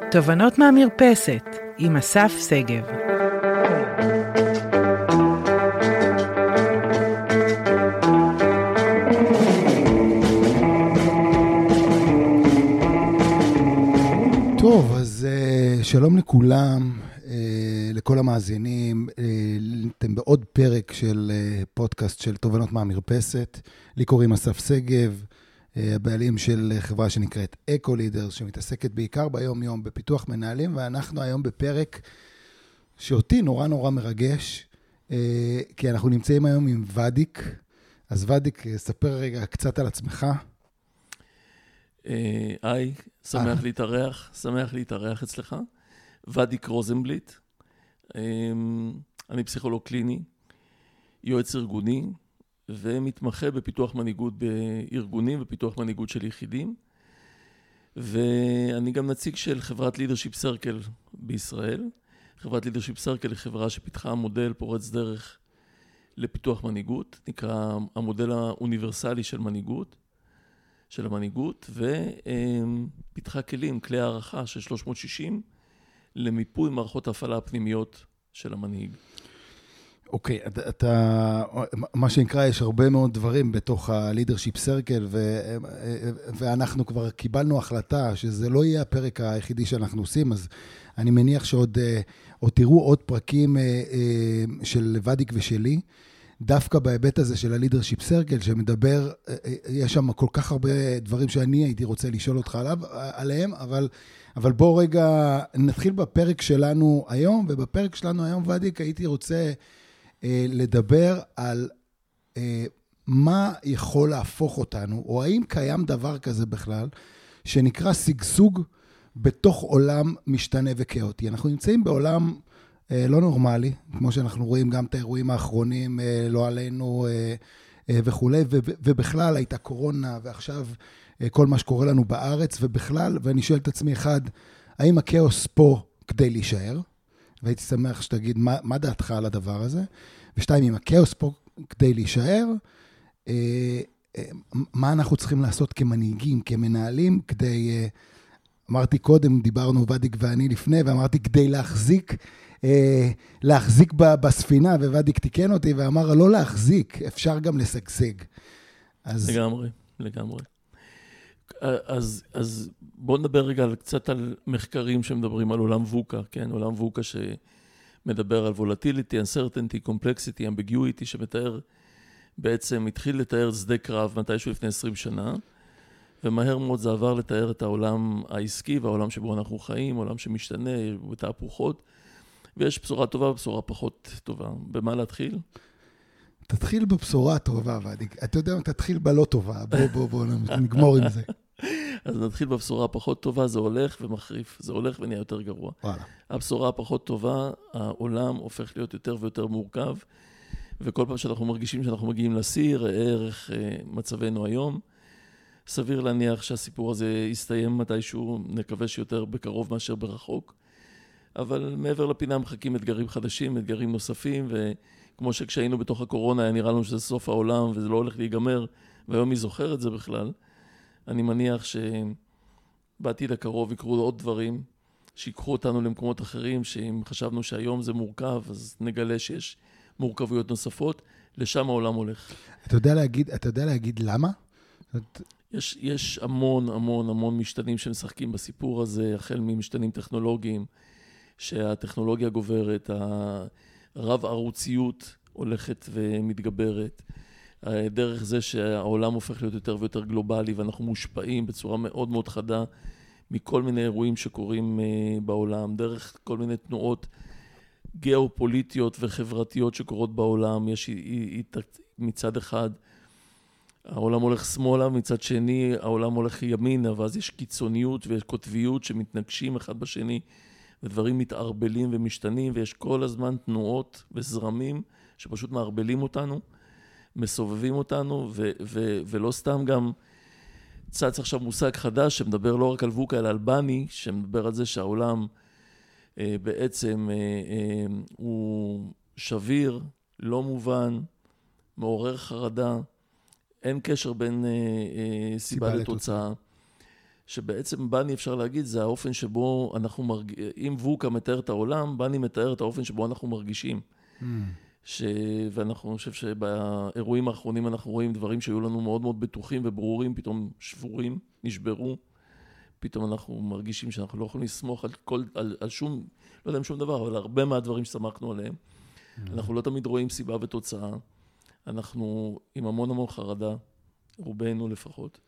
תובנות מהמרפסת עם אסף סגב. טוב, אז שלום לכולם, לכל המאזינים. אתם בעוד פרק של פודקאסט של תובנות מהמרפסת. לי קוראים אסף סגב, הבעלים של חברה שנקראת אקו-לידרס, שמתעסקת בעיקר ביום יום בפיתוח מנהלים, ואנחנו היום בפרק שאותי נורא מרגש, כי אנחנו נמצאים היום עם ודיק. אז ודיק, ספר רגע קצת על עצמך. היי, שמח להתארח אצלך. ודיק רוזנבליט, אני פסיכולוג קליני, יועץ ארגוני, ומתמחה בפיתוח מנהיגות בארגונים ופיתוח מנהיגות של יחידים. ואני גם נציג של חברת לידרשיפ סרקל בישראל. חברת לידרשיפ סרקל היא חברה שפיתחה מודל פורץ דרך לפיתוח מנהיגות, נקרא המודל האוניברסלי של המנהיגות, ופיתחה כלי הערכה של 360 למיפוי מערכות ההפעלה הפנימיות של המנהיג. אוקיי, מה שנקרא, יש הרבה מאוד דברים בתוך ה-Leadership Circle, ואנחנו כבר קיבלנו החלטה שזה לא יהיה הפרק היחידי שאנחנו עושים, אז אני מניח שעוד תראו עוד פרקים של ודיק ושלי, דווקא בהיבט הזה של ה-Leadership Circle, שמדבר, יש שם כל כך הרבה דברים שאני הייתי רוצה לשאול אותך עליהם, אבל בוא רגע נתחיל בפרק שלנו היום, ובפרק שלנו היום, ודיק, הייתי רוצה לדבר על מה יכול להפוך אותנו, או האם קיים דבר כזה בכלל, שנקרא סגסוג בתוך עולם משתנה וכאוטי. אנחנו נמצאים בעולם לא נורמלי, כמו שאנחנו רואים גם את האירועים האחרונים, לא עלינו וכו', ובכלל הייתה קורונה, ועכשיו כל מה שקורה לנו בארץ, ובכלל, ואני שואל את עצמי אחד, האם הכאוס פה כדי להישאר? והייתי שמח שתגיד מה דעתך על הדבר הזה. ושתיים, אם הכאוס פה כדי להישאר, מה אנחנו צריכים לעשות כמנהיגים, כמנהלים, כדי, אמרתי קודם, דיברנו ודיק ואני לפני, ואמרתי כדי להחזיק בספינה, וודיק תיקן אותי ואמר לא להחזיק, אפשר גם לשגשג. לגמרי. אז בואו נדבר רגע קצת על מחקרים שמדברים על עולם ווקה, כן? עולם ווקה שמדבר על volatility, uncertainty, complexity, ambiguity, שמתאר, בעצם התחיל לתאר שדה קרב מתישהו לפני 20 שנה, ומהר מאוד זה עבר לתאר את העולם העסקי והעולם שבו אנחנו חיים, עולם שמשתנה, בתהפוכות, ויש בשורה טובה ובשורה פחות טובה. במה להתחיל? תתחיל בבשורה הטובה, ודיק. אתה יודע, תתחיל בלא טובה. בוא, נגמור עם זה. אז נתחיל בבשורה הפחות טובה, זה הולך ומחריף. זה הולך ונהיה יותר גרוע. וואלה. הבשורה הפחות טובה, העולם הופך להיות יותר ויותר מורכב, וכל פעם שאנחנו מרגישים שאנחנו מגיעים לסיר, ערך מצבנו היום, סביר להניח שהסיפור הזה יסתיים מתישהו, נקווה שיותר בקרוב מאשר ברחוק, אבל מעבר לפינה מחכים אתגרים חדשים, אתגרים נוספים, וכמו שכשהיינו בתוך הקורונה היה נראה לנו שזה סוף העולם וזה לא הולך להיגמר, והיום מי זוכר את זה בכלל, אני מניח שבעתיד הקרוב יקרו עוד דברים, שיקחו אותנו למקומות אחרים, שאם חשבנו שהיום זה מורכב, אז נגלה שיש מורכבויות נוספות, לשם העולם הולך. אתה יודע להגיד למה? יש המון משתנים שמשחקים בסיפור הזה, החל ממשתנים טכנולוגיים, שהטכנולוגיה גוברת, הרב ערוציות הולכת ומתגברת, דרך זה שהעולם הופך להיות יותר ויותר גלובלי, ואנחנו מושפעים בצורה מאוד מאוד חדה מכל מיני אירועים שקורים בעולם, דרך כל מיני תנועות גיאופוליטיות וחברתיות שקורות בעולם. יש מצד אחד, העולם הולך שמאלה, מצד שני העולם הולך ימינה, ואז יש קיצוניות ויש קוטביות שמתנגשים אחד בשני, ודברים מתערבלים ומשתנים, ויש כל הזמן תנועות וזרמים שפשוט מערבלים אותנו, מסובבים אותנו, ולא סתם גם צץ עכשיו מושג חדש שמדבר לא רק על ווקה, אלא על בני, שמדבר על זה שהעולם בעצם הוא שביר, לא מובן, מעורר חרדה, אין קשר בין סיבה לתוצאה, שבעצם בני אפשר להגיד, זה האופן שבו אנחנו אם ווקה מתאר את העולם, בני מתאר את האופן שבו אנחנו מרגישים. ואנחנו חושב שבאירועים האחרונים אנחנו רואים דברים שהיו לנו מאוד מאוד בטוחים וברורים, פתאום שבורים, נשברו. פתאום אנחנו מרגישים שאנחנו לא יכולים לסמוך על שום, לא יודע אם שום דבר, אבל הרבה מהדברים שסמכנו עליהם. אנחנו לא תמיד רואים סיבה ותוצאה. אנחנו עם המון המון חרדה, רובנו לפחות.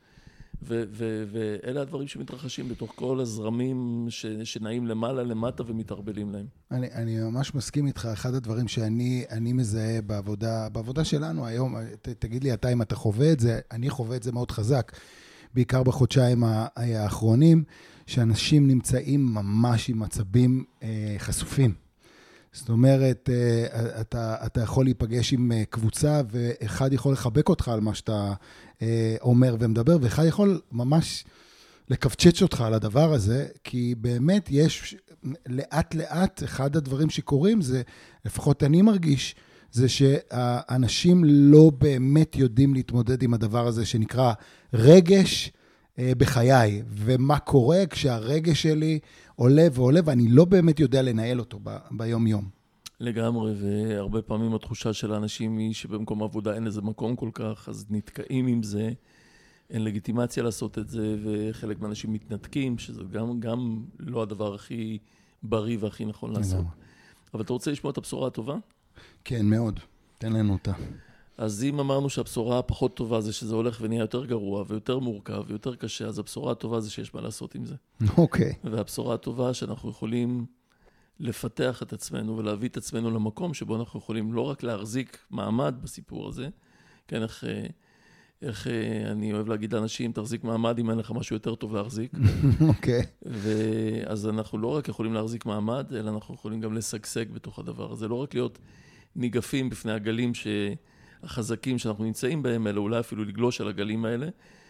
ואלה הדברים שמתרחשים בתוך כל הזרמים שנעים למעלה, למטה ומתערבלים להם. אני ממש מסכים איתך. אחד הדברים שאני מזהה בעבודה שלנו היום, תגיד לי אתה אם אתה חווה את זה, אני חווה את זה מאוד חזק, בעיקר בחודשיים האחרונים, שאנשים נמצאים ממש עם מצבים חשופים. זאת אומרת, אתה יכול להיפגש עם קבוצה, ואחד יכול לחבק אותך על מה שאתה אומר ומדבר, ואחד יכול ממש לקפצ'ץ' אותך על הדבר הזה, כי באמת יש לאט לאט, אחד הדברים שקורים זה, לפחות אני מרגיש, זה שהאנשים לא באמת יודעים להתמודד עם הדבר הזה שנקרא רגש בחיי, ומה קורה כשהרגש שלי עולה ועולה, ואני לא באמת יודע לנהל אותו ביום יום. לגמרי, והרבה פעמים התחושה של האנשים היא שבמקום העבודה אין איזה מקום כל כך, אז נתקעים עם זה, אין לגיטימציה לעשות את זה, וחלק מהאנשים מתנתקים, שזה גם לא הדבר הכי בריא והכי נכון לעשות. אבל אתה רוצה לשמוע את הבשורה הטובה? כן, מאוד. תן לנו אותה. אז אם אמרנו שהבשורה הפחות טובה זה שזה הולך ונהיה יותר גרוע ויותר מורכב ויותר קשה, אז הבשורה הטובה זה שיש מה לעשות עם זה. אוקיי. והבשורה הטובה שאנחנו יכולים לפתח את עצמנו ולהביא את עצמנו למקום שבו אנחנו יכולים לא רק להחזיק מעמד בסיפור הזה, כן, איך אני אוהב להגיד לאנשים, תחזיק מעמד אם אין לך משהו יותר טוב להחזיק. אוקיי. ואז אנחנו לא רק יכולים להחזיק מעמד, אלא אנחנו יכולים גם לשגשג בתוך הדבר הזה. לא רק להיות ניגפים בפני הגלים החזקים שאנחנו נמצאים בהם, אלא אולי אפילו לגלוש על הגלים האלה,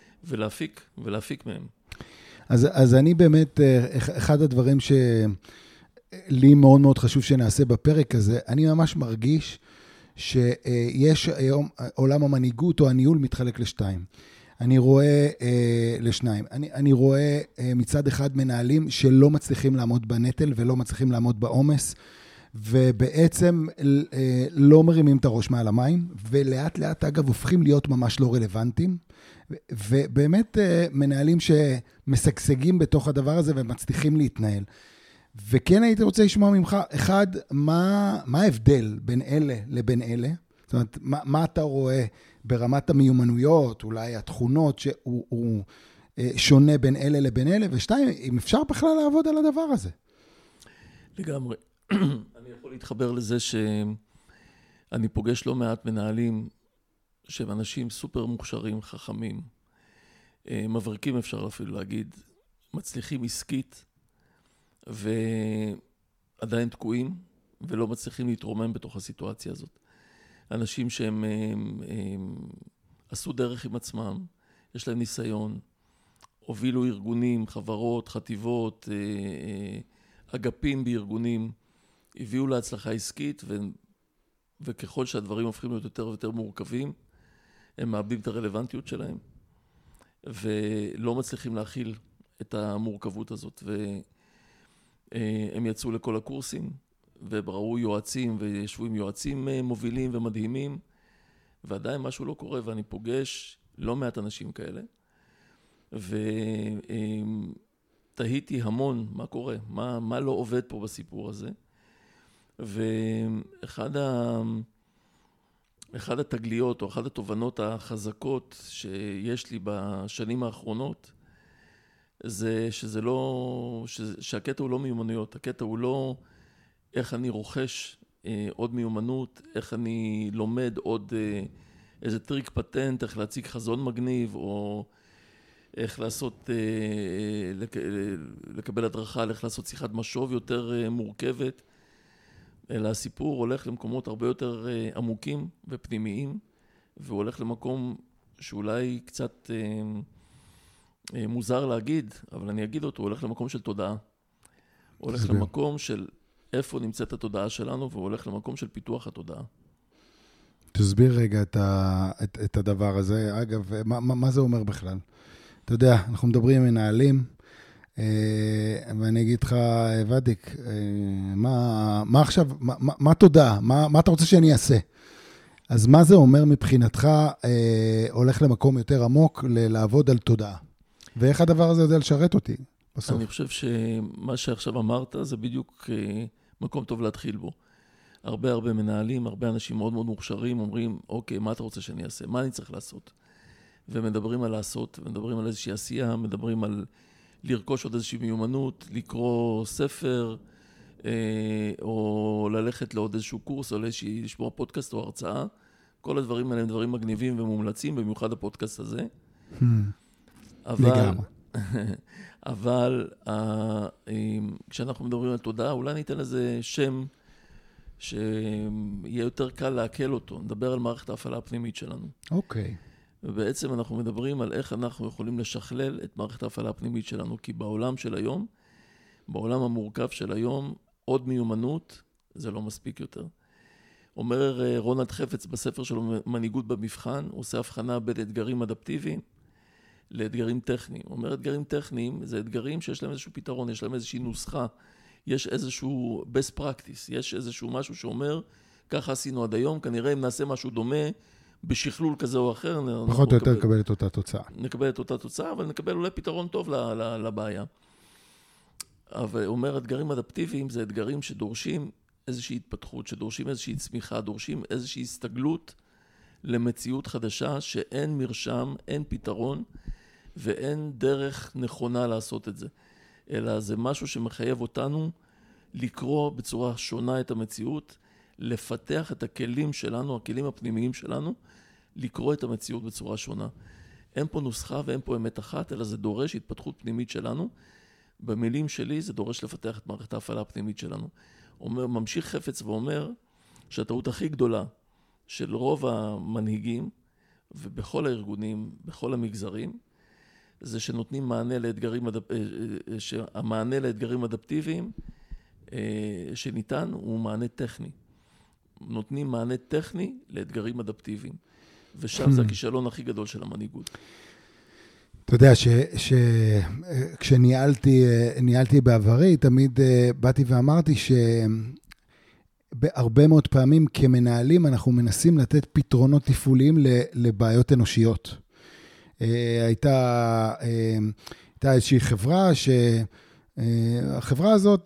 ולהפיק מהם. אז אני באמת, אחד הדברים שלי מאוד מאוד חשוב שנעשה בפרק הזה, אני ממש מרגיש שיש היום, עולם המנהיגות או הניהול מתחלק לשתיים. אני רואה לשניים. אני רואה מצד אחד מנהלים שלא מצליחים לעמוד בנטל ולא מצליחים לעמוד בעומס, ובעצם לא מרימים את הראש מעל המים, ולאט לאט אגב הופכים להיות ממש לא רלוונטיים, ובאמת מנהלים שמסגסגים בתוך הדבר הזה ומצליחים להתנהל. וכן הייתי רוצה לשמוע ממך, אחד, מה ההבדל בין אלה לבין אלה? זאת אומרת, מה אתה רואה ברמת המיומנויות, אולי התכונות שהוא שונה בין אלה לבין אלה, ושתיים, אם אפשר בכלל לעבוד על הדבר הזה. לגמרי. אני יכול להתחבר לזה שאני פוגש לא מעט מנהלים שהם אנשים סופר מוכשרים, חכמים, מבריקים אפשר אפילו להגיד, מצליחים עסקית ועדיין תקועים ולא מצליחים להתרומם בתוך הסיטואציה הזאת. אנשים שהם עשו דרך עם עצמם, יש להם ניסיון, הובילו ארגונים, חברות, חטיבות, אגפים בארגונים, הביאו להצלחה עסקית, וככל שהדברים הופכים להיות יותר ויותר מורכבים, הם מאבדים את הרלוונטיות שלהם, ולא מצליחים להכיל את המורכבות הזאת, והם יצאו לכל הקורסים, ובראו יועצים, וישבו עם יועצים מובילים ומדהימים, ועדיין משהו לא קורה, ואני פוגש לא מעט אנשים כאלה, ותהיתי המון מה קורה, מה לא עובד פה בסיפור הזה, ואחד התגליות או אחת התובנות החזקות שיש לי בשנים האחרונות, זה שהקטע הוא לא מיומנויות, הקטע הוא לא איך אני רוכש עוד מיומנות, איך אני לומד עוד איזה טריק פטנט, איך להציג חזון מגניב, או איך לקבל הדרכה, איך לעשות שיחת משוב יותר מורכבת, אלא הסיפור הולך למקומות הרבה יותר עמוקים ופנימיים, והוא הולך למקום שאולי קצת מוזר להגיד, אבל אני אגיד אותו, הוא הולך למקום של תודעה. הוא הולך למקום של איפה נמצאת התודעה שלנו, והוא הולך למקום של פיתוח התודעה. תסביר רגע את הדבר הזה. אגב, מה זה אומר בכלל? אתה יודע, אנחנו מדברים עם מנהלים, ואני אגיד לך, ודיק, מה עכשיו, מה תודה? מה אתה רוצה שאני אעשה? אז מה זה אומר מבחינתך, הולך למקום יותר עמוק, לעבוד על תודעה? ואיך הדבר הזה יודע לשרת אותי בסוף? אני חושב שמה שעכשיו אמרת, זה בדיוק מקום טוב להתחיל בו. הרבה מנהלים, הרבה אנשים מאוד מאוד מוכשרים, אומרים, אוקיי, מה אתה רוצה שאני אעשה? מה אני צריך לעשות? ומדברים על לעשות, מדברים על איזושהי עשייה, מדברים על לרכוש עוד איזושהי מיומנות, לקרוא ספר, או ללכת לעוד איזשהו קורס, או לשמוע פודקאסט או הרצאה. כל הדברים האלה הם דברים מגניבים ומומלצים, במיוחד הפודקאסט הזה. אבל כשאנחנו מדברים על תודעה, אולי ניתן לזה שם שיהיה יותר קל להקל אותו. נדבר על מערכת ההפעלה הפנימית שלנו. אוקיי. ובעצם אנחנו מדברים על איך אנחנו יכולים לשכלל את מערכת ההפעלה הפנימית שלנו, כי בעולם של היום, בעולם המורכב של היום, עוד מיומנות, זה לא מספיק יותר. אומר רונלד חפץ בספר שלו, מנהיגות במבחן, הוא עושה הבחנה בין אתגרים אדפטיביים לאתגרים טכניים. הוא אומר, אתגרים טכניים זה אתגרים שיש להם איזשהו פתרון, יש להם איזושהי נוסחה, יש איזשהו best practice, יש איזשהו משהו שאומר, ככה עשינו עד היום, כנראה אם נעשה משהו דומה, בשכלול כזה או אחר, פחות או יותר נקבל את אותה תוצאה. נקבל את אותה תוצאה, אבל נקבל אולי פתרון טוב לבעיה. אבל הוא אומר, אתגרים אדפטיביים זה אתגרים שדורשים איזושהי התפתחות, שדורשים איזושהי צמיחה, דורשים איזושהי הסתגלות למציאות חדשה, שאין מרשם, אין פתרון, ואין דרך נכונה לעשות את זה. אלא זה משהו שמחייב אותנו לקרוא בצורה שונה את המציאות, לפתח את הכלים שלנו, הכלים הפנימיים שלנו, לקרוא את המציאות בצורה שונה. אין פה נוסחה ואין פה אמת אחת, אלא זה דורש התפתחות פנימית שלנו. במילים שלי זה דורש לפתח את מערכת ההפעלה הפנימית שלנו. ממשיך חפץ ואומר שהטעות הכי גדולה של רוב המנהיגים ובכל הארגונים, בכל המגזרים, זה שנותנים מענה שהמענה לאתגרים אדפטיביים שניתן הוא מענה טכני. נותנים מענה טכני לאתגרים אדפטיביים, ושם זה הכישלון הכי גדול של המנהיגות. אתה יודע כשניהלתי בעברי, תמיד באתי ואמרתי שבהרבה מאוד פעמים כמנהלים אנחנו מנסים לתת פתרונות תפעוליים לבעיות אנושיות. הייתה איזושהי חברה החברה הזאת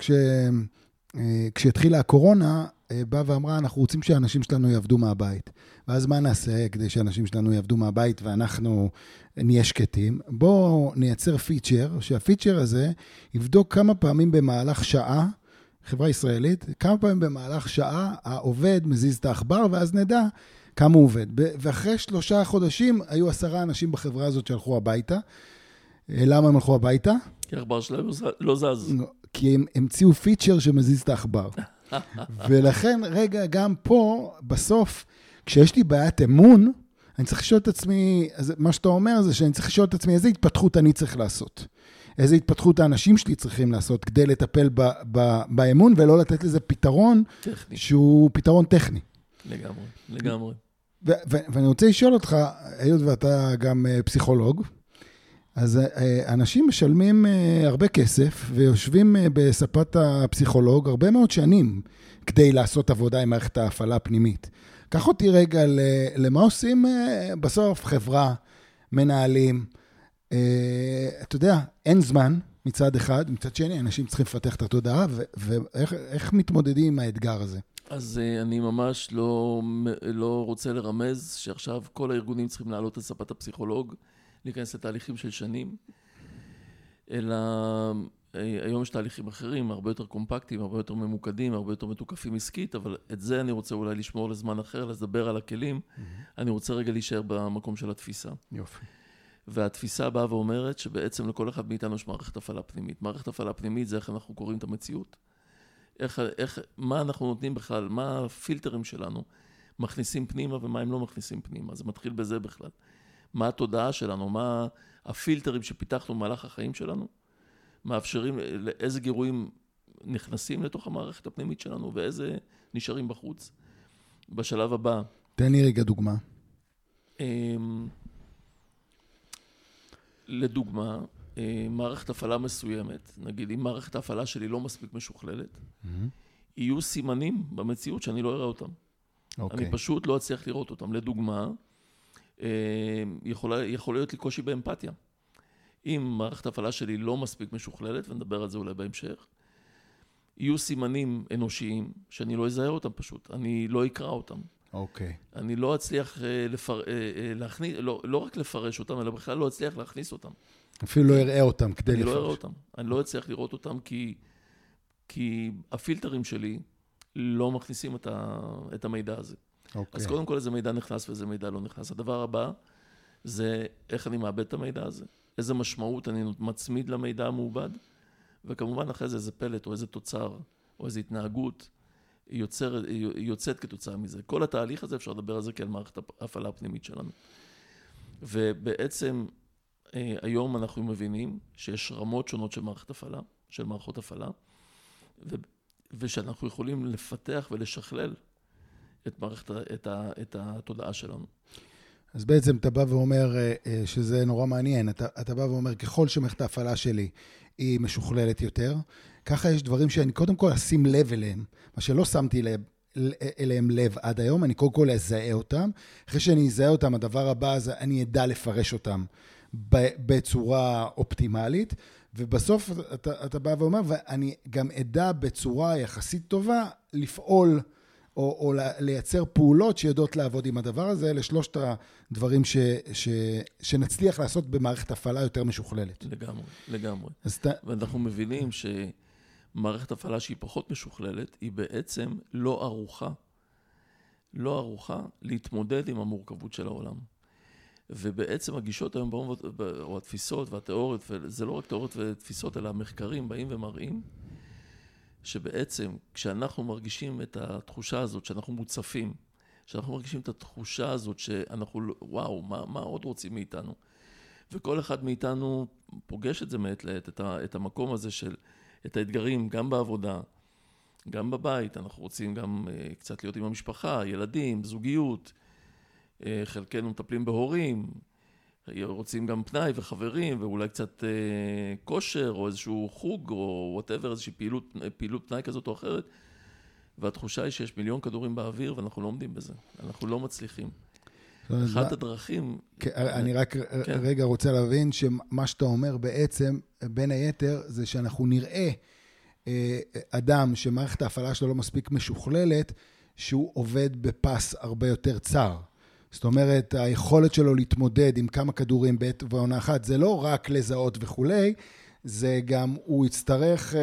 כשהתחילה הקורונה באה ואמרה אנחנו רוצים שהאנשים שלנו יעבדו מהבית. ואז מה נעשה כדי שאנשים שלנו יעבדו מהבית ואנחנו נהיה שקטים? בואו נייצר פיצ'ר, שהפיצ'ר הזה יבדוק כמה פעמים במהלך שעה, חברה ישראלית, כמה פעמים במהלך שעה העובד מזיז את העכבר ואז נדע כמה הוא עובד. ואחרי 3 חודשים היו 10 אנשים בחברה הזאת שהלכו הביתה. למה הם הלכו הביתה? כי העכבר שלהם לא זז. כי הם המציאו פיצ'ר שמזיז את העכבר. ולכן רגע גם פה בסוף כשיש לי בעיית אמון, אני צריך לשאול את עצמי, מה שאתה אומר זה שאני צריך לשאול את עצמי, איזה התפתחות אני צריך לעשות? איזה התפתחות האנשים שלי צריכים לעשות כדי לטפל באמון, ולא לתת לזה פתרון טכני. שהוא פתרון טכני. לגמרי. ואני רוצה לשאול אותך, היות ואתה גם פסיכולוג, אז אנשים משלמים הרבה כסף, ויושבים בספת הפסיכולוג הרבה מאוד שנים, כדי לעשות עבודה עם מערכת ההפעלה הפנימית. קח אותי רגע למה עושים בסוף חברה, מנהלים. אתה יודע, אין זמן מצד אחד, מצד שני, אנשים צריכים לפתח את התודעה, ואיך מתמודדים עם האתגר הזה? אז אני ממש לא רוצה לרמז שעכשיו כל הארגונים צריכים לעלות לספת הפסיכולוג, להיכנס לתהליכים של שנים, אלא היום יש תהליכים אחרים, הרבה יותר קומפקטיים, הרבה יותר ממוקדים, הרבה יותר מתוקפים עסקית, אבל את זה אני רוצה אולי לשמור לזמן אחר, לדבר על הכלים. אני רוצה רגע להישאר במקום של התפיסה. יופי. והתפיסה באה ואומרת שבעצם לכל אחד מאיתנו יש מערכת הפעלה פנימית. מערכת הפעלה פנימית זה איך אנחנו קוראים את המציאות. מה אנחנו נותנים בכלל, מה הפילטרים שלנו מכניסים פנימה ומה הם לא מכניסים פנימה. זה מתחיל בזה בכלל. מה התודעה שלנו, מה הפילטרים שפיתחנו במהלך החיים שלנו, מאפשרים, איזה גירויים נכנסים לתוך המערכת הפנימית שלנו, ואיזה נשארים בחוץ. בשלב הבא. תן לי רגע דוגמה. לדוגמה, מערכת הפעלה מסוימת, נגיד אם מערכת ההפעלה שלי לא מספיק משוכללת, יהיו סימנים במציאות שאני לא אראה אותם. אני פשוט לא אצליח לראות אותם. לדוגמה, יכול להיות לי קושי באמפתיה. אם מערכת ההפעלה שלי לא מספיק משוכללת, ונדבר על זה אולי בהמשך, יהיו סימנים אנושיים שאני לא אזהה אותם פשוט, אני לא אקרא אותם. אני לא אצליח להכניס, לא רק לפרש אותם, אלא בכלל לא אצליח להכניס אותם. אפילו לא אראה אותם כדי לפרש. אני לא אראה אותם. אני לא אצליח לראות אותם כי הפילטרים שלי לא מכניסים את המידע הזה. אז קודם כל איזה מידע נכנס ואיזה מידע לא נכנס. הדבר הבא זה איך אני מאבד את המידע הזה. איזה משמעות אני מצמיד למידע המעובד. וכמובן אחרי זה איזה פלט או איזה תוצר או איזו התנהגות יוצאת כתוצאה מזה. כל התהליך הזה אפשר לדבר על זה כעל מערכת ההפעלה הפנימית שלנו. ובעצם היום אנחנו מבינים שיש רמות שונות של מערכות הפעלה, ושאנחנו יכולים לפתח ולשכלל את התודעה שלנו. אז בעצם אתה בא ואומר שזה נורא מעניין, אתה בא ואומר ככל שמערכת ההפעלה שלי היא משוכללת יותר, ככה יש דברים שאני קודם כל אשים לב אליהם, מה שלא שמתי אליהם לב עד היום, אני קודם כל אזהה אותם, אחרי שאני אזהה אותם, הדבר הבא זה אני אדע לפרש אותם בצורה אופטימלית, ובסוף אתה בא ואומר, ואני גם אדע בצורה יחסית טובה לפעול, או לייצר פעולות שיודעות לעבוד עם הדבר הזה, אלה שלושת הדברים שנצליח לעשות במערכת הפעלה יותר משוכללת. לגמרי. ואנחנו מבינים שמערכת הפעלה שהיא פחות משוכללת, היא בעצם לא ערוכה להתמודד עם המורכבות של העולם. ובעצם הגישות היום, או התפיסות והתיאוריות, וזה לא רק תיאוריות ותפיסות, אלא המחקרים באים ומראים, שבעצם כשאנחנו מרגישים את התחושה הזאת, שאנחנו מוצפים, שאנחנו מרגישים את התחושה הזאת שאנחנו, וואו, מה עוד רוצים מאיתנו? וכל אחד מאיתנו פוגש את זה מעת לעת, את המקום הזה של, את האתגרים, גם בעבודה, גם בבית, אנחנו רוצים גם קצת להיות עם המשפחה, ילדים, זוגיות, חלקנו מטפלים בהורים, רוצים גם פנאי וחברים, ואולי קצת כושר, או איזשהו חוג, או whatever, איזושהי פעילות פנאי כזאת או אחרת, והתחושה היא שיש מיליון כדורים באוויר, ואנחנו לא עומדים בזה, אנחנו לא מצליחים. אחת הדרכים... אני רק רגע רוצה להבין שמה שאתה אומר בעצם, בין היתר, זה שאנחנו נראה אדם שמערכת ההפעלה שלו לא מספיק משוכללת, שהוא עובד בפס הרבה יותר צר. זאת אומרת, היכולת שלו להתמודד עם כמה כדורים בעת ועונה אחת, זה לא רק לזהות וכולי, זה גם, הוא יצטרך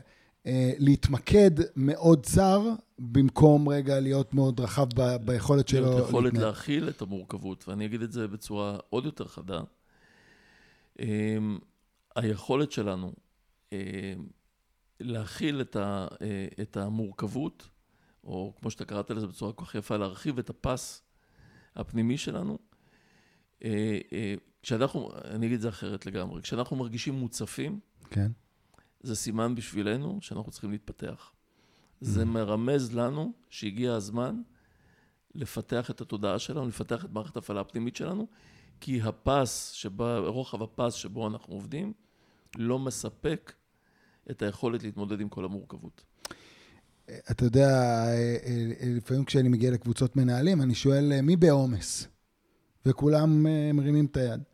להתמקד מאוד צר, במקום רגע להיות מאוד רחב ביכולת שלו. להיות יכולת להכיל את המורכבות, ואני אגיד את זה בצורה עוד יותר חדה. היכולת שלנו להכיל את המורכבות, או כמו שאתה קראת לזה בצורה כל כך יפה, להרחיב את הפס הפנימי שלנו, אני אגיד את זה אחרת לגמרי, כשאנחנו מרגישים מוצפים, כן. זה סימן בשבילנו שאנחנו צריכים להתפתח. זה מרמז לנו שהגיע הזמן לפתח את התודעה שלנו, לפתח את מערכת ההפעלה הפנימית שלנו, כי רוחב הפס שבו אנחנו עובדים, לא מספק את היכולת להתמודד עם כל המורכבות. אתה יודע, לפעמים כשאני מגיע לקבוצות מנהלים, אני שואל מי בעומס? וכולם מרימים את היד.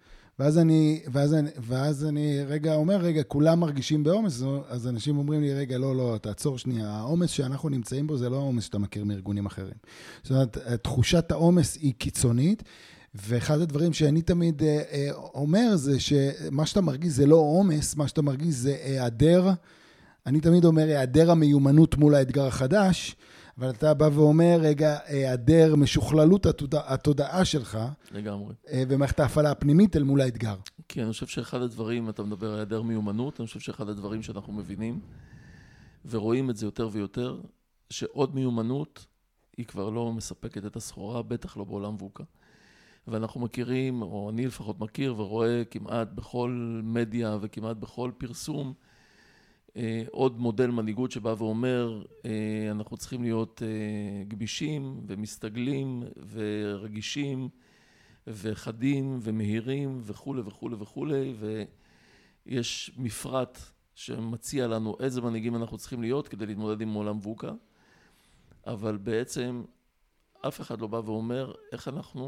ואז אני רגע, כולם מרגישים בעומס, אז אנשים אומרים לי, רגע, לא, תעצור שנייה, העומס שאנחנו נמצאים בו, זה לא העומס שאתה מכיר מארגונים אחרים. זאת אומרת, תחושת העומס היא קיצונית, ואחד הדברים שאני תמיד אומר, זה שמה שאתה מרגיש זה לא עומס, מה שאתה מרגיש זה היעדר, אני תמיד אומר, היעדר המיומנות מול האתגר החדש, אבל אתה בא ואומר, רגע, היעדר משוכללות התודעה שלך, לגמרי. ומערכת ההפעלה הפנימית אל מול האתגר. כי אני חושב שאחד הדברים, אתה מדבר על היעדר מיומנות, אני חושב שאחד הדברים שאנחנו מבינים, ורואים את זה יותר ויותר, שעוד מיומנות היא כבר לא מספקת את הסחורה, בטח לא בעולם ווקה. ואנחנו מכירים, או אני לפחות מכיר ורואה כמעט בכל מדיה וכמעט בכל פרסום, עוד מודל מנהיגות שבא ואומר, אנחנו צריכים להיות גמישים ומסתגלים ורגישים וחדים ומהירים וכו' וכו' וכו', ויש מפרט שמציע לנו איזה מנהיגים אנחנו צריכים להיות כדי להתמודד עם עולם ווקה, אבל בעצם אף אחד לא בא ואומר איך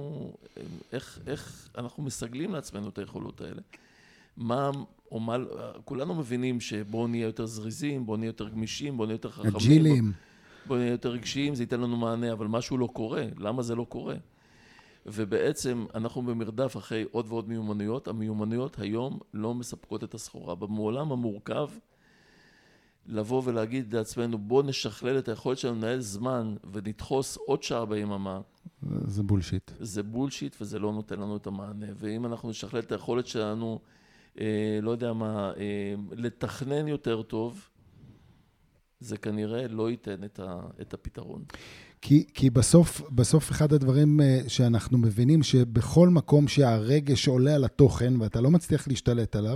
אנחנו מסגלים לעצמנו את היכולות האלה. כולנו מבינים שבואו נהיה יותר זריזים, בואו נהיה יותר גמישים, בואו נהיה יותר חכמים. אג'ילים. בואו נהיה יותר רגשיים, זה ייתן לנו מענה, אבל משהו לא קורה. למה זה לא קורה? ובעצם אנחנו במרדף אחרי עוד ועוד מיומנויות. המיומנויות היום לא מספקות את הסחורה. בעולם המורכב, לבוא ולהגיד לעצמנו, בואו נשכלל את היכולת שלנו לנהל זמן ונדחוס עוד שעה ביממה. זה בולשיט. זה בולשיט וזה לא נותן לנו את המענה. ואם אנחנו נשכלל את היכולת שלנו, לא יודע מה, לתכנן יותר טוב, זה כנראה לא ייתן את הפתרון. כי בסוף אחד הדברים שאנחנו מבינים, שבכל מקום שהרגש עולה על התוכן, ואתה לא מצליח להשתלט עליו,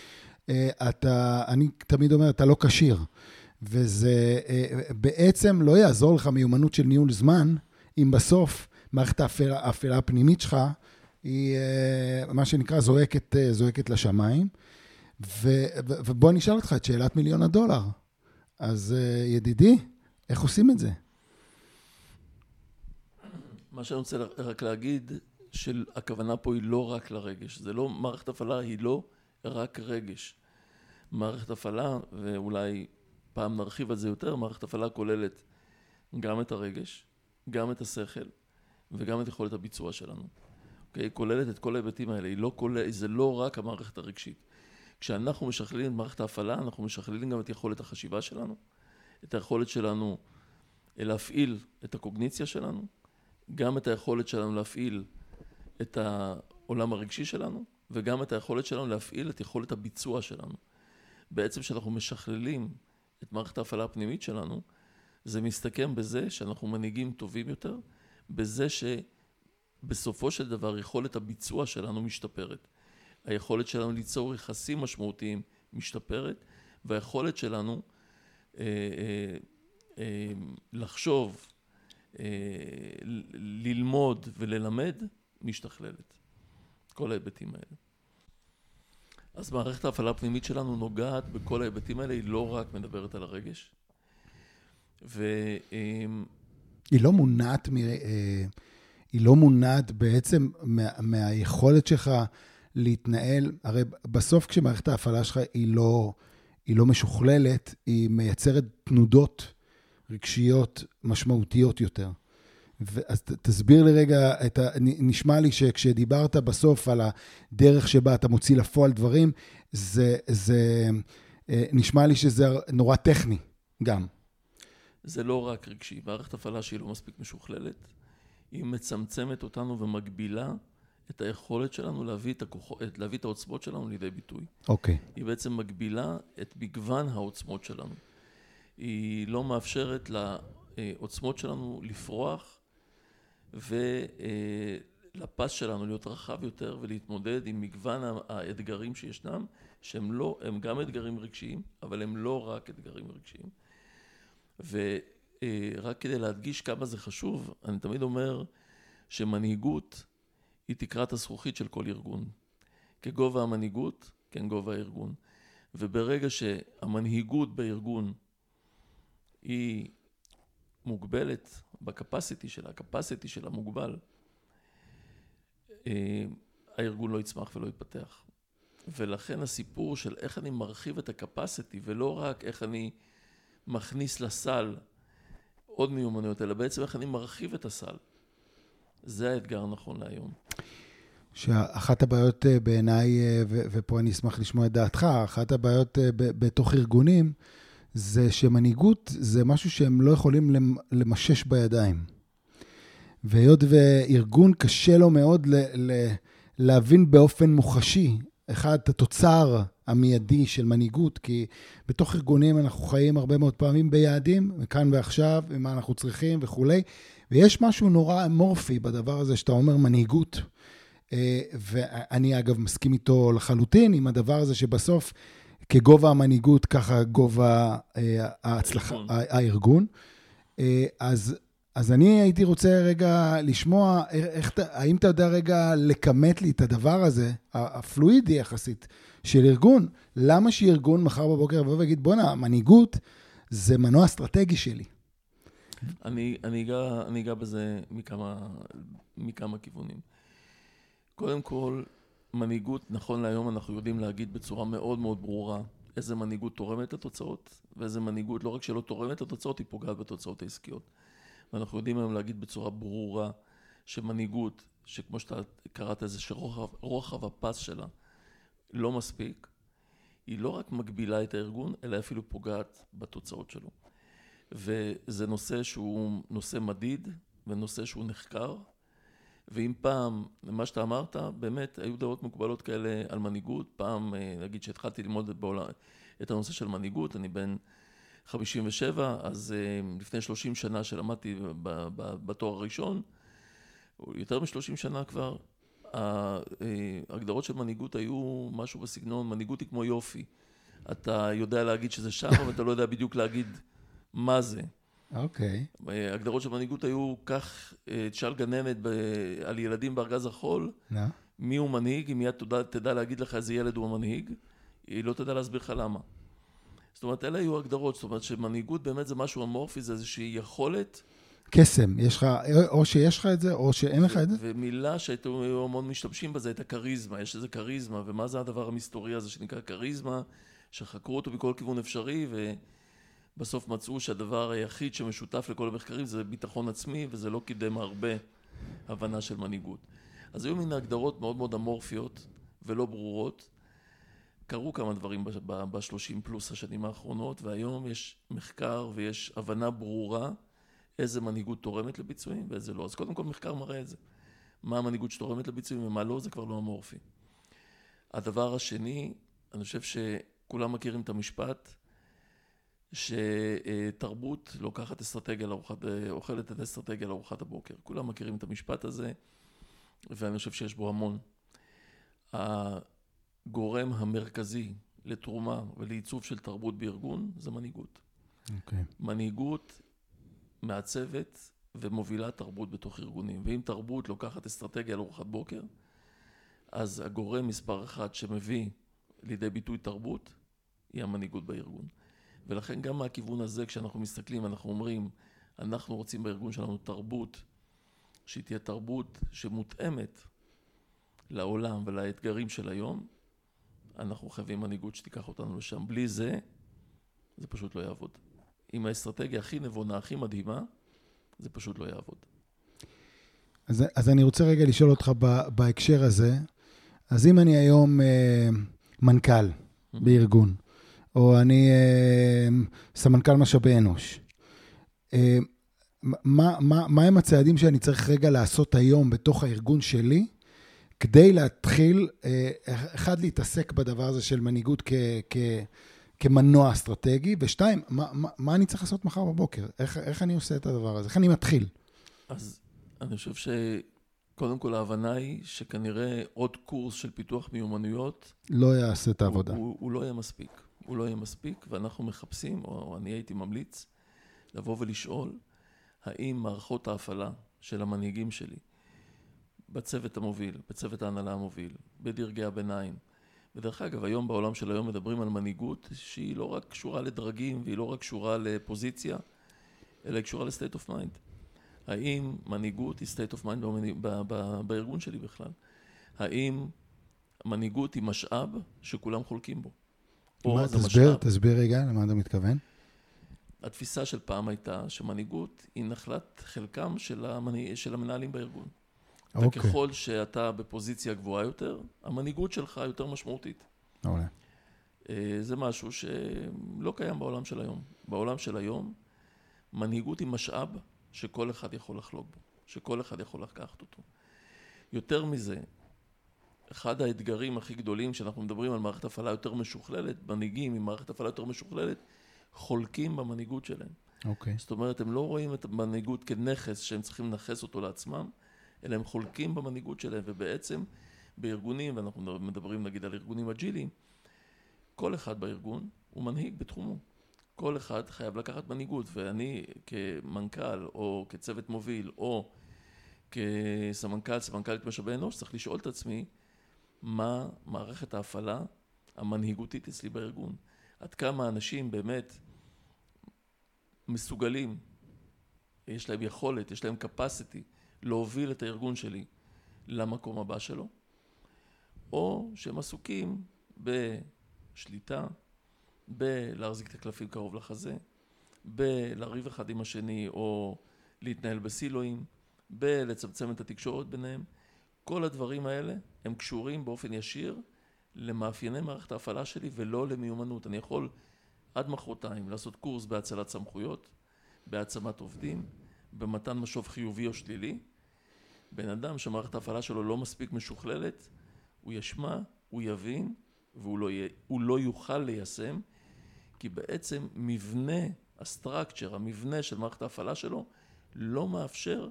אני תמיד אומר, אתה לא קשיר. וזה בעצם לא יעזור לך מיומנות של ניהול זמן, אם בסוף מערכת האפלה הפנימית שלך, היא מה שנקרא זועקת לשמיים. ובוא נשאל אותך את שאלת $1,000,000. אז ידידי, איך עושים את זה? מה שאני רוצה רק להגיד, שהכוונה פה היא לא רק לרגש. זה לא, מערכת הפעלה היא לא רק רגש. מערכת הפעלה, ואולי פעם נרחיב על זה יותר, מערכת הפעלה כוללת גם את הרגש, גם את השכל, וגם את יכולת הביצוע שלנו. היא כוללת את כל ההיבטים האלה. זה לא רק המערכת הרגשית. כשאנחנו משכללים את מערכת ההפעלה, אנחנו משכללים גם את יכולת החשיבה שלנו, את היכולת שלנו להפעיל את הקוגניציה שלנו, גם את היכולת שלנו להפעיל את העולם הרגשי שלנו, וגם את היכולת שלנו להפעיל את יכולת הביצוע שלנו. בעצם כשאנחנו משכללים את מערכת ההפעלה הפנימית שלנו, זה מסתכם בזה שאנחנו מנהיגים טובים יותר, בזה שבסופו של דבר יכולת הביצוע שלנו משתפרת. היכולת שלנו ליצור יחסים משמעותיים משתפרת, והיכולת שלנו לחשוב, ללמוד וללמד משתכללת. כל ההיבטים האלה. אז מערכת ההפעלה הפנימית שלנו נוגעת בכל ההיבטים האלה, היא לא רק מדברת על הרגש. היא לא מונעת בעצם מהיכולת שלך להתנהל, הרי בסוף כשמערכת ההפעלה שלך היא לא משוכללת, היא מייצרת תנודות רגשיות משמעותיות יותר. אז תסביר לי רגע, נשמע לי שכשדיברת בסוף על הדרך שבה אתה מוציא לפועל דברים, זה נשמע לי שזה נורא טכני גם. זה לא רק רגשי, מערכת הפעלה שהיא לא מספיק משוכללת, היא מצמצמת אותנו ומגבילה את היכולת שלנו להביא את העוצמות שלנו לידי ביטוי. אוקיי. היא בעצם מגבילה את מגוון העוצמות שלנו. היא לא מאפשרת לעוצמות שלנו לפרוח, ולפס שלנו להיות רחב יותר ולהתמודד עם מגוון האתגרים שישנם, הם גם אתגרים רגשיים, אבל הם לא רק אתגרים רגשיים. ורק כדי להדגיש כמה זה חשוב, אני תמיד אומר שמנהיגות היא תקרת הזכוכית של כל ארגון. כגובה המנהיגות, כן גובה הארגון. וברגע שהמנהיגות בארגון היא מוגבלת בקפסיטי שלה, הקפסיטי שלה מוגבל, הארגון לא יצמח ולא יתפתח. ולכן הסיפור של איך אני מרחיב את הקפסיטי, ולא רק איך אני מכניס לסל עוד מיומנויות, אלא בעצם איך אני מרחיב את הסל. זה האתגר נכון להיום. שאחת הבעיות בעיניי, ופה אני אשמח לשמוע את דעתך, אחת הבעיות בתוך ארגונים, זה שמנהיגות זה משהו שהם לא יכולים למשש בידיים. והיות וארגון קשה לו מאוד להבין באופן מוחשי, אחד, את התוצר המיידי של מנהיגות, כי בתוך ארגונים אנחנו חיים הרבה מאוד פעמים ביעדים, וכאן ועכשיו, ומה אנחנו צריכים וכו'. ויש משהו נורא אמורפי בדבר הזה שאתה אומר מנהיגות, ואני אגב מסכים איתו לחלוטין, עם הדבר הזה שבסוף, כגובה המנהיגות, ככה גובה ההצלחה, הארגון. אז אז אני הייתי רוצה רגע לשמוע, האם אתה יודע רגע לכמת לי את הדבר הזה, הפלואידי יחסית של ארגון, למה שארגון מחר בבוקר יבוא ויגיד, בוא'נה, מנהיגות זה מנוע אסטרטגי שלי. אני אגע בזה מכמה כיוונים. קודם כל, מנהיגות, נכון להיום אנחנו יודעים להגיד בצורה מאוד מאוד ברורה, איזה מנהיגות תורמת לתוצאות, ואיזה מנהיגות לא רק שלא תורמת לתוצאות, היא פוגעת בתוצאות העסקיות. ואנחנו יודעים היום להגיד בצורה ברורה שמנהיגות, שכמו שאתה קראת איזה שרוחב הפס שלה לא מספיק, היא לא רק מגבילה את הארגון, אלא אפילו פוגעת בתוצאות שלו. וזה נושא שהוא נושא מדיד, ונושא שהוא נחקר, ואם פעם, מה שאתה אמרת, באמת היו דעות מקובלות כאלה על מנהיגות, פעם, נגיד שהתחלתי ללמוד את הנושא של מנהיגות, אני בן 57, אז לפני 30 שנה שלמדתי בתואר הראשון, יותר מ-30 שנה כבר, ההגדרות של מנהיגות היו משהו בסגנון, מנהיגות היא כמו יופי. אתה יודע להגיד שזה שם, אבל אתה לא יודע בדיוק להגיד מה זה. אוקיי. הגדרות של מנהיגות היו, כך תשאל גננת על ילדים בארגז החול, מי הוא מנהיג, אם מיד תדע להגיד לך איזה ילד הוא המנהיג, היא לא תדע להסביר לך למה. זאת אומרת, אלה היו הגדרות, זאת אומרת שמנהיגות באמת זה משהו אמורפי, זה איזושהי יכולת. קסם, יש לך, או שיש לך את זה, או שאין לך את זה. ומילה שהיינו מאוד משתמשים בזה, הייתה כריזמה, יש איזה כריזמה, ומה זה הדבר המסתורי הזה שנקרא כריזמה, שחקרו אותו בכל כיוון אפשרי, ובסוף מצאו שהדבר היחיד שמשותף לכל המחקרים זה ביטחון עצמי, וזה לא קידם הרבה הבנה של מנהיגות. אז היו מן ההגדרות מאוד מאוד אמורפיות ולא ברורות, קרו כמה דברים ב-30 פלוס השנים האחרונות, והיום יש מחקר ויש הבנה ברורה איזה מנהיגות תורמת לביצועים ואיזה לא. אז קודם כל מחקר מראה את זה. מה המנהיגות שתורמת לביצועים ומה לא, זה כבר לא אמורפי. הדבר השני, אני חושב שכולם מכירים את המשפט, שתרבות לוקחת אסטרטגיה אוכלת את אסטרטגיה לארוחת הבוקר. כולם מכירים את המשפט הזה, ואני חושב שיש בו המון. הגורם המרכזי לתרומה ולעיצוב של תרבות בארגון זה מנהיגות. מנהיגות מעצבת ומובילה תרבות בתוך ארגונים. ואם תרבות לוקחת אסטרטגיה לארוחת בוקר, אז הגורם מספר אחד שמביא לידי ביטוי תרבות, היא המנהיגות בארגון. ולכן גם מהכיוון הזה, כשאנחנו מסתכלים, אנחנו אומרים, אנחנו רוצים בארגון שלנו תרבות, שהיא תהיה תרבות שמותאמת לעולם ולאתגרים של היום, אנחנו חייבים מנהיגות שתיקח אותנו לשם. בלי זה, זה פשוט לא יעבוד. עם האסטרטגיה הכי נבונה, הכי מדהימה, זה פשוט לא יעבוד. אז אני רוצה רגע לשאול אותך בהקשר הזה, אז אם אני היום מנכ"ל בארגון, או אני סמנכ"ל משאבי אנוש, מה הם הצעדים שאני צריך רגע לעשות היום בתוך הארגון שלי, כדי להתחיל, אחד, להתעסק בדבר הזה של מנהיגות כמנוע אסטרטגי, ושתיים, מה אני צריך לעשות מחר בבוקר? איך אני עושה את הדבר הזה? איך אני מתחיל? אז אני חושב שקודם כל ההבנה היא שכנראה עוד קורס של פיתוח מיומנויות לא יעשה את העבודה. הוא לא יהיה מספיק. הוא לא יהיה מספיק, ואנחנו מחפשים, או אני הייתי ממליץ, לבוא ולשאול, האם מערכות ההפעלה של המנהיגים שלי, בצוות המוביל, בצוות ההנהלה המוביל, בדרגי הביניים, ודרך אגב, היום בעולם של היום מדברים על מנהיגות שהיא לא רק קשורה לדרגים, והיא לא רק קשורה לפוזיציה, אלא היא קשורה ל-state of mind. האם מנהיגות היא state of mind בארגון שלי בכלל? האם מנהיגות היא משאב שכולם חולקים בו? תסביר רגע, למה אתה מתכוון? התפיסה של פעם הייתה שמנהיגות היא נחלת חלקם של המנהלים בארגון. וככל שאתה בפוזיציה גבוהה יותר, המנהיגות שלך יותר משמעותית. זה משהו שלא קיים בעולם של היום. בעולם של היום, מנהיגות היא משאב שכל אחד יכול לחלוק בו, שכל אחד יכול לקחת אותו. יותר מזה, אחד האתגרים הכי גדולים שאנחנו מדברים על מערכת הפעלה יותר משוכללת, מנהיגים עם מערכת הפעלה יותר משוכללת, חולקים במנהיגות שלהם. זאת אומרת, הם לא רואים את המנהיגות כנכס שהם צריכים לנכס אותו לעצמם, אלא הם חולקים במנהיגות שלהם, ובעצם בארגונים, ואנחנו מדברים נגיד על ארגונים אג'יליים, כל אחד בארגון הוא מנהיג בתחומו. כל אחד חייב לקחת מנהיגות, ואני כמנכ"ל או כצוות מוביל או כסמנכ"ל, סמנכ"לית משאבי אנוש, צריך לשאול את עצמי מה מערכת ההפעלה המנהיגותית אצלי בארגון. עד כמה אנשים באמת מסוגלים, יש להם יכולת, יש להם capacity להוביל את הארגון שלי למקום הבא שלו, או שהם עסוקים בשליטה, בלהחזיק את הקלפים קרוב לחזה, בלריב אחד עם השני או להתנהל בסילואים, בלצמצם את התקשורת ביניהם. כל הדברים האלה הם קשורים באופן ישיר למאפייני מערכת ההפעלה שלי ולא למיומנות. אני יכול עד מחרתיים לעשות קורס בהצלת סמכויות, בהעצמת עובדים, במתן משוב חיובי או שלילי. בן אדם שמערכת ההפעלה שלו לא מספיק משוכללת, הוא ישמע, הוא יבין, והוא לא יוכל ליישם, כי בעצם מבנה, הסטרקצ'ר, המבנה של מערכת ההפעלה שלו, לא מאפשר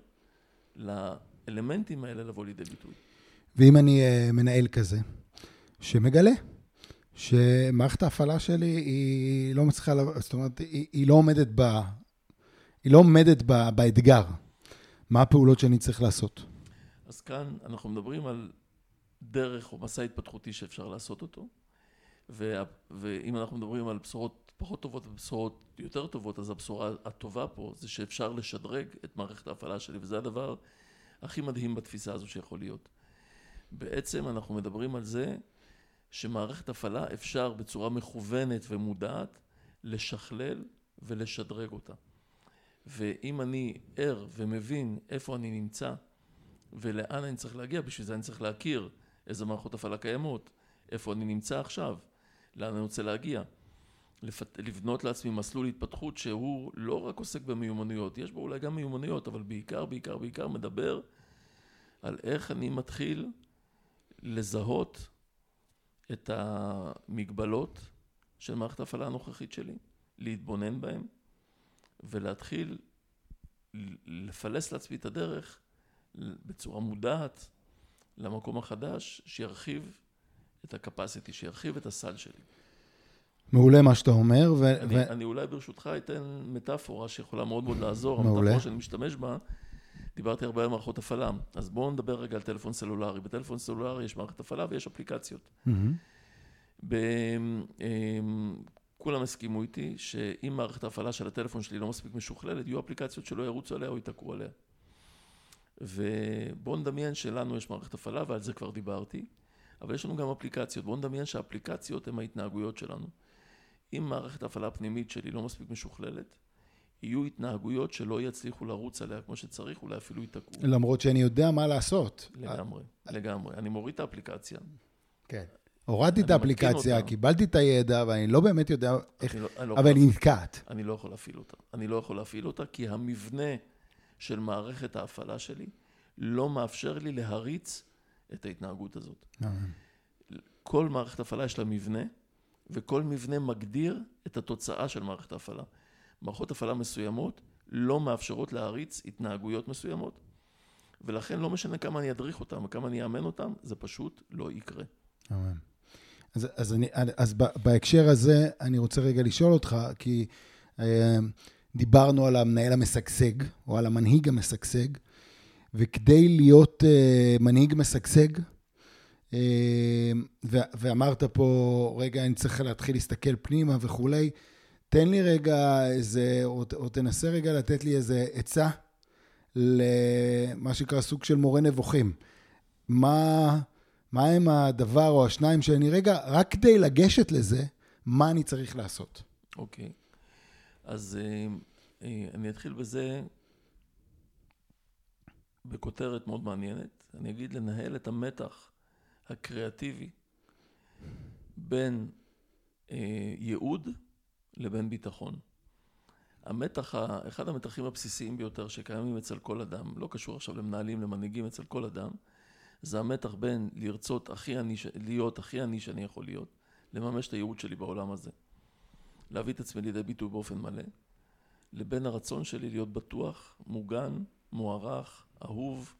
לאלמנטים האלה לבוא לידי ביטוי. ואם אני מנהל כזה, שמגלה שמערכת ההפעלה שלי היא לא מצליחה, זאת אומרת, היא לא עומדת באתגר, מה הפעולות שאני צריך לעשות? אז כאן אנחנו מדברים על דרך או מסע התפתחותי שאפשר לעשות אותו, ואם אנחנו מדברים על בשורות פחות טובות ובשורות יותר טובות, אז הבשורה הטובה פה זה שאפשר לשדרג את מערכת ההפעלה שלי, וזה הדבר הכי מדהים בתפיסה הזו שיכול להיות. בעצם אנחנו מדברים על זה שמערכת הפעלה אפשר בצורה מכוונת ומודעת לשכלל ולשדרג אותה. ואם אני ער ומבין איפה אני נמצא ולאן אני צריך להגיע, בשביל זה אני צריך להכיר איזה מערכות הפעלה קיימות, איפה אני נמצא עכשיו, לאן אני רוצה להגיע. לבנות לעצמי מסלול התפתחות שהוא לא רק עוסק במיומנויות, יש בו אולי גם מיומנויות, אבל בעיקר מדבר על איך אני מתחיל לזהות את המגבלות של מערכת ההפעלה הנוכחית שלי, להתבונן בהן, ולהתחיל לפלס לעצמי את הדרך בצורה מודעת למקום החדש, שירחיב את הקפסיטי, שירחיב את הסל שלי. מעולה מה שאתה אומר. אני אולי ברשותך אתן מטאפורה שיכולה מאוד מאוד לעזור. מעולה. המטאפורה שאני משתמש בה, דיברתי הרבה על מערכות הפעלה. אז בואו נדבר רגע על טלפון סלולרי. בטלפון סלולרי יש מערכת הפעלה ויש אפליקציות. כולם הסכימו איתי שאם מערכת ההפעלה של הטלפון שלי לא מספיק משוכללת, יהיו אפליקציות שלא ירוצו עליה או יתעקרו עליה. ובואו נדמיין שלנו יש מערכת הפעלה, ועל זה כבר דיברתי, אבל יש לנו גם אפליקציות. בואו נדמיין שהאפליקציות הן ההתנהגויות שלנו. אם מערכת ההפעלה הפנימית שלי לא מספיק משוכללת, יהיו התנהגויות שלא יצליחו לרוץ עליה כמו שצריך, אולי אפילו יתעקרו. למרות שאני יודע מה לעשות. לגמרי. אני מוריד את האפליקציה. כן. הורדתי את האפליקציה, קיבלתי את הידע, ואני לא באמת יודע איך, אבל היא נתקעת. אני לא יכול להפעיל אותה. כי המבנה של מערכת ההפעלה שלי לא מאפשר לי להריץ את ההתנהגות הזאת. כל מערכת הפעלה יש לה מבנה, וכל מבנה מגדיר את התוצאה של מערכת ההפעלה. מערכות הפעלה מסוימות לא מאפשרות להריץ התנהגויות מסוימות, ולכן לא משנה כמה אני אדריך אותם וכמה אני אאמן אותם, זה פשוט לא יקרה. אמן. אז בהקשר הזה אני רוצה רגע לשאול אותך, כי דיברנו על המנהל המשגשג, או על המנהיג המשגשג, וכדי להיות מנהיג משגשג, ואמרת פה, רגע, אני צריך להתחיל להסתכל פנימה וכולי, תן לי רגע איזה, או תנסה רגע לתת לי איזה עצה, למה שקרה סוג של מורה נבוכים. מה הם הדבר או השניים שאני רגע, רק כדי לגשת לזה, מה אני צריך לעשות? אוקיי. אז אני אתחיל בזה בכותרת מאוד מעניינת. אני אגיד לנהל את המתח הקריאטיבי בין ייעוד לבין ביטחון. אחד המתחים הבסיסיים ביותר שקיימים אצל כל אדם, לא קשור עכשיו למנהלים, למנהיגים, אצל כל אדם, זה המתח בין לרצות להיות הכי עני שאני יכול להיות, לממש את הייעוד שלי בעולם הזה, להביא את עצמי לידי ביטוי באופן מלא, לבין הרצון שלי להיות בטוח, מוגן, מוערך, אהוב.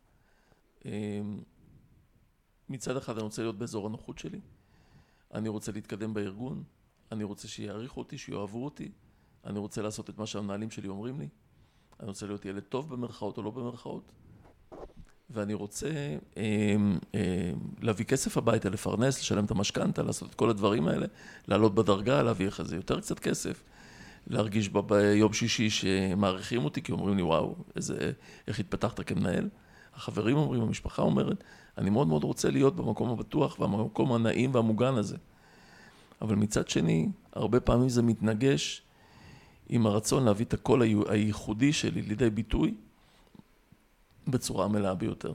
מצד אחד אני רוצה להיות באזור הנוחות שלי, אני רוצה להתקדם בארגון, אני רוצה שיעריכו אותי, שיאהבו אותי, אני רוצה לעשות את מה שהמנהלים שלי אומרים לי, אני רוצה להיות ילד טוב במרכאות או לא במרכאות, ואני רוצה להביא כסף הביתה, לפרנס, לשלם את המשכנתה, לעשות את כל הדברים האלה, לעלות בדרגה, להביא איך זה יותר קצת כסף, להרגיש ביום שישי שמעריכים אותי, כי אומרים לי, וואו, איך התפתחת כמנהל. החברים אומרים, המשפחה אומרת, אני מאוד מאוד רוצה להיות במקום הבטוח והמקום הנעים והמוגן הזה. אבל מצד שני, הרבה פעמים זה מתנגש עם הרצון להביא את הקול הייחודי שלי לידי ביטוי בצורה המלאה ביותר.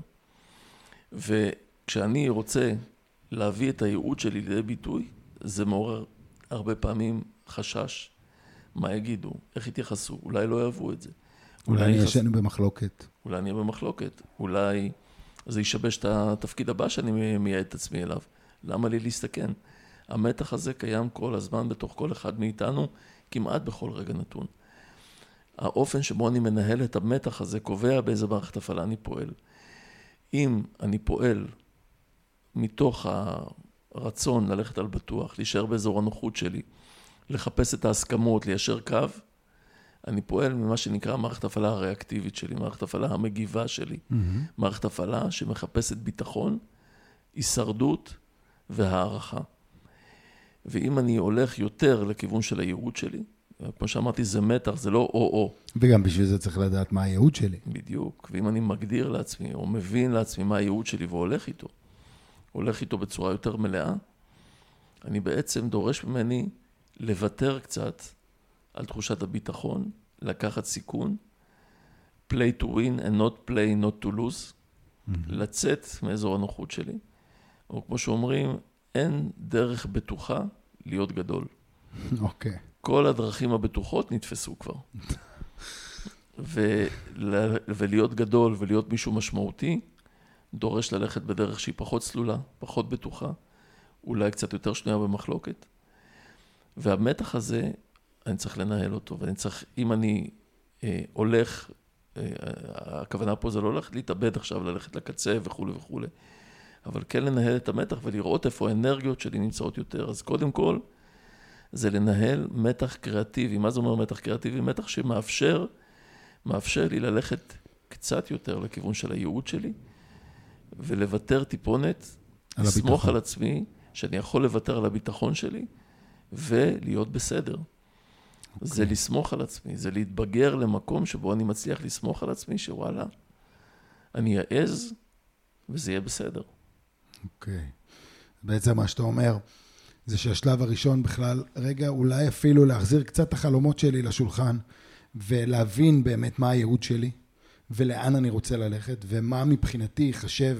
וכשאני רוצה להביא את הייעוד שלי לידי ביטוי, זה מעורר הרבה פעמים חשש. מה יגידו? איך יתייחסו? אולי לא יאהבו את זה. אולי אני ישן במחלוקת. אולי אני אהיה במחלוקת. אולי זה ישבש את התפקיד הבא שאני מייעד את עצמי אליו. למה לי להסתכן? המתח הזה קיים כל הזמן בתוך כל אחד מאיתנו, כמעט בכל רגע נתון. האופן שבו אני מנהל את המתח הזה קובע באיזה מערכת הפעלה אני פועל. אם אני פועל מתוך הרצון ללכת על בטוח, להישאר באזור הנוחות שלי, לחפש את ההסכמות, ליישר קו, אני פועל ממה שנקרא מערכת הפעלה הריאקטיבית שלי, מערכת הפעלה המגיבה שלי, מערכת הפעלה שמחפשת ביטחון, הישרדות והערכה. ואם אני הולך יותר לכיוון של הייעוד שלי, כמו שאמרתי, זה מתח, זה לא או-או. וגם בשביל זה צריך לדעת מה הייעוד שלי. בדיוק. ואם אני מגדיר לעצמי, או מבין לעצמי מה הייעוד שלי והולך איתו בצורה יותר מלאה, אני בעצם דורש ממני לוותר קצת על תחושת הביטחון, לקחת סיכון, play to win and not play not to lose, לצאת מאזור הנוחות שלי, או כמו שאומרים, אין דרך בטוחה להיות גדול. אוקיי. כל הדרכים הבטוחות נתפסו כבר. ולהיות גדול ולהיות מישהו משמעותי, דורש ללכת בדרך שהיא פחות סלולה, פחות בטוחה, אולי קצת יותר שנויה במחלוקת. והמתח הזה, אני צריך לנהל אותו, ואני צריך, אם אני הולך, הכוונה פה זה לא הולך להתאבד עכשיו, ללכת לקצה וכו' וכו', אבל כן לנהל את המתח ולראות איפה האנרגיות שלי נמצאות יותר. אז קודם כל, זה לנהל מתח קריאטיבי. מה זה אומר מתח קריאטיבי? מתח שמאפשר לי ללכת קצת יותר לכיוון של הייעוד שלי, ולוותר טיפונת, לסמוך על עצמי, שאני יכול לוותר על הביטחון שלי, ולהיות בסדר. זה לסמוך על עצמי, זה להתבגר למקום שבו אני מצליח לסמוך על עצמי, שוואלה, אני אעז, וזה יהיה בסדר. אוקיי. בעצם מה שאתה אומר, זה שהשלב הראשון בכלל, רגע, אולי אפילו להחזיר קצת את החלומות שלי לשולחן, ולהבין באמת מה הייעוד שלי, ולאן אני רוצה ללכת, ומה מבחינתי יחשב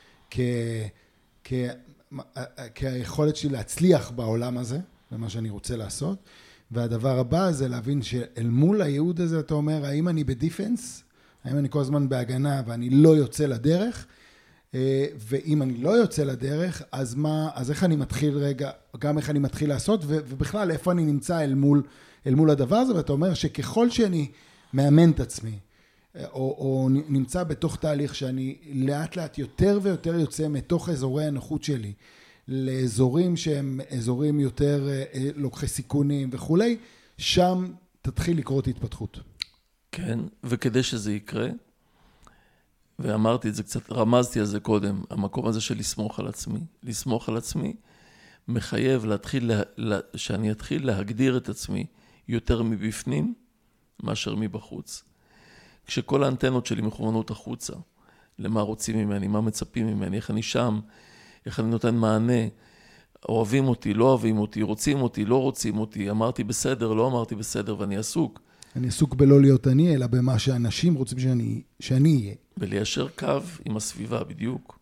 כיכולת שלי להצליח בעולם הזה, ומה שאני רוצה לעשות. והדבר הבא זה להבין שאל מול הייעוד הזה, אתה אומר, האם אני בדיפנס, האם אני כל הזמן בהגנה, ואני לא יוצא לדרך, ואם אני לא יוצא לדרך, אז איך אני מתחיל רגע, גם איך אני מתחיל לעשות, ובכלל איפה אני נמצא אל מול הדבר הזה, ואתה אומר שככל שאני מאמן את עצמי, או נמצא בתוך תהליך שאני לאט לאט יותר ויותר יוצא מתוך אזורי הנוחות שלי, לאזורים שהם אזורים יותר לוקחי סיכונים וכולי, שם תתחיל לקרות התפתחות. כן, וכדי שזה יקרה, ואמרתי את זה קצת, רמזתי על זה קודם, המקום הזה של לסמוך על עצמי, מחייב שאני אתחיל להגדיר את עצמי יותר מבפנים, מאשר מבחוץ. כשכל האנטנות שלי מכוונות החוצה, למה רוצים ממני, מה מצפים ממני, איך אני שם, איך אני נותן מענה, אוהבים אותי, לא אוהבים אותי, רוצים אותי, לא רוצים אותי, אמרתי בסדר, לא אמרתי בסדר, ואני עסוק. אני עסוק בלא להיות אני, אלא במה שאנשים רוצים שאני אהיה. וליישר קו עם הסביבה בדיוק.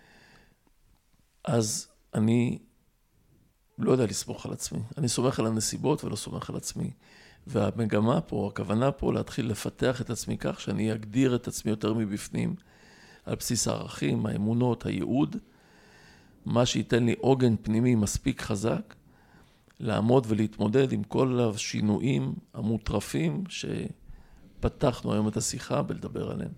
אז אני לא יודע לסמוך על עצמי. אני סומך על הנסיבות ולא סומך על עצמי. והמגמה פה, הכוונה פה, להתחיל לפתח את עצמי כך שאני אגדיר את עצמי יותר מבפנים, על בסיס הערכים, האמונות, הייעוד, מה שייתן לי עוגן פנימי מספיק חזק, לעמוד ולהתמודד עם כל השינויים המוטרפים שפתחנו היום את השיחה בלדבר עליהם.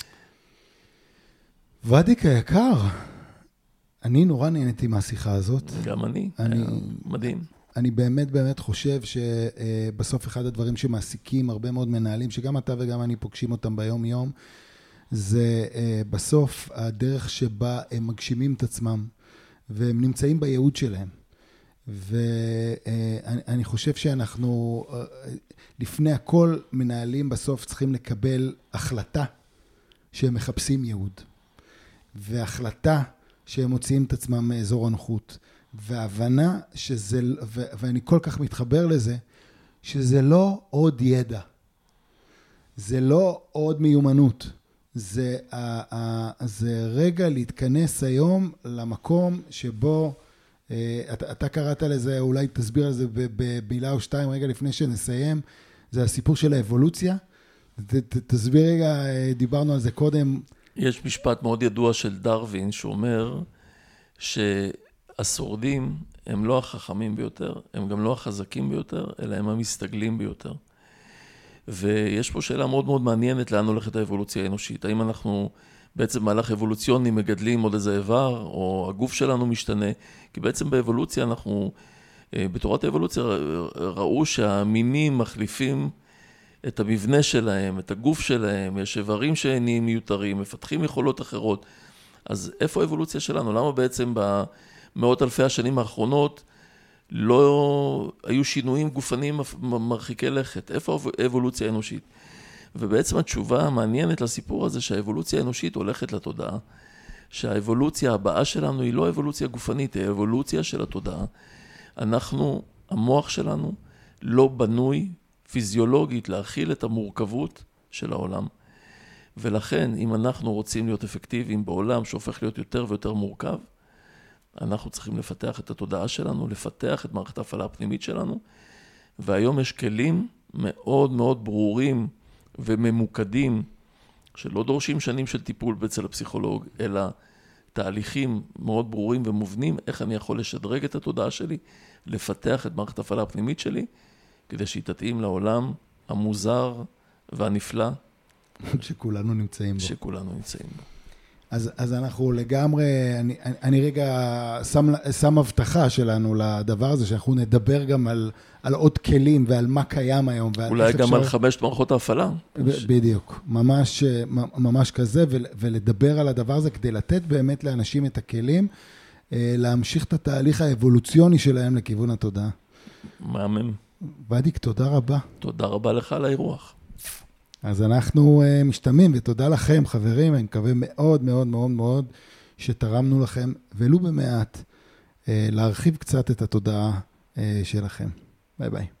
ודיק היקר, אני נורא נהניתי מהשיחה הזאת. גם אני, מדהים. אני באמת באמת חושב שבסוף אחד הדברים שמעסיקים הרבה מאוד מנהלים, שגם אתה וגם אני פוגשים אותם ביום יום, זה בסוף הדרך שבה הם מגשימים את עצמם, והם נמצאים בייעוד שלהם. ואני חושב שאנחנו, לפני הכל, מנהלים בסוף צריכים לקבל החלטה שהם מחפשים ייעוד. והחלטה שהם מוציאים את עצמם מאזור הנוחות. וההבנה שזה, ואני כל כך מתחבר לזה, שזה לא עוד ידע. זה לא עוד מיומנות. זה רגע להתכנס היום למקום שבו, אתה קראת לזה, אולי תסביר על זה במילה או שתיים רגע לפני שנסיים, זה הסיפור של האבולוציה. תסביר רגע, דיברנו על זה קודם. יש משפט מאוד ידוע של דרווין שאומר שהשורדים הם לא החכמים ביותר, הם גם לא החזקים ביותר, אלא הם המסתגלים ביותר. ויש פה שאלה מאוד מאוד מעניינת לאן הולכת האבולוציה האנושית. האם אנחנו בעצם מהלך אבולוציוני מגדלים עוד איזה איבר, או הגוף שלנו משתנה? כי בעצם באבולוציה אנחנו, בתורת האבולוציה ראו שהמינים מחליפים את המבנה שלהם, את הגוף שלהם, יש איברים שנהיים מיותרים, מפתחים יכולות אחרות. אז איפה האבולוציה שלנו? למה בעצם במאות אלפי השנים האחרונות לא היו שינויים גופניים מרחיקי לכת? איפה האבולוציה האנושית? ובעצם התשובה המעניינת לסיפור הזה שהאבולוציה האנושית הולכת לתודעה, שהאבולוציה הבאה שלנו היא לא אבולוציה גופנית, היא אבולוציה של התודעה. אנחנו, המוח שלנו לא בנוי פיזיולוגית להכיל את המורכבות של העולם. ולכן, אם אנחנו רוצים להיות אפקטיביים בעולם שהופך להיות יותר ויותר מורכב, אנחנו צריכים לפתח את התודעה שלנו, לפתח את מערכת ההפעלה הפנימית שלנו, והיום יש כלים מאוד מאוד ברורים וממוקדים, שלא דורשים שנים של טיפול אצל הפסיכולוג, אלא תהליכים מאוד ברורים ומובנים, איך אני יכול לשדרג את התודעה שלי, לפתח את מערכת ההפעלה הפנימית שלי, כדי שהיא תתאים לעולם המוזר והנפלא. שכולנו נמצאים בו. שכולנו נמצאים בו. אז אנחנו לגמרי, אני רגע שם הבטחה שלנו לדבר הזה, שאנחנו נדבר גם על עוד כלים ועל מה קיים היום. אולי גם על 5 מערכות ההפעלה. בדיוק, ממש כזה, ולדבר על הדבר הזה כדי לתת באמת לאנשים את הכלים, להמשיך את התהליך האבולוציוני שלהם לכיוון התודעה. מהמם. ודיק, תודה רבה. תודה רבה לך על האירוח. אז אנחנו משתמעים, ותודה לכם, חברים, אני מקווה מאוד מאוד מאוד מאוד שתרמנו לכם, ולו במעט, להרחיב קצת את התודעה שלכם. ביי ביי.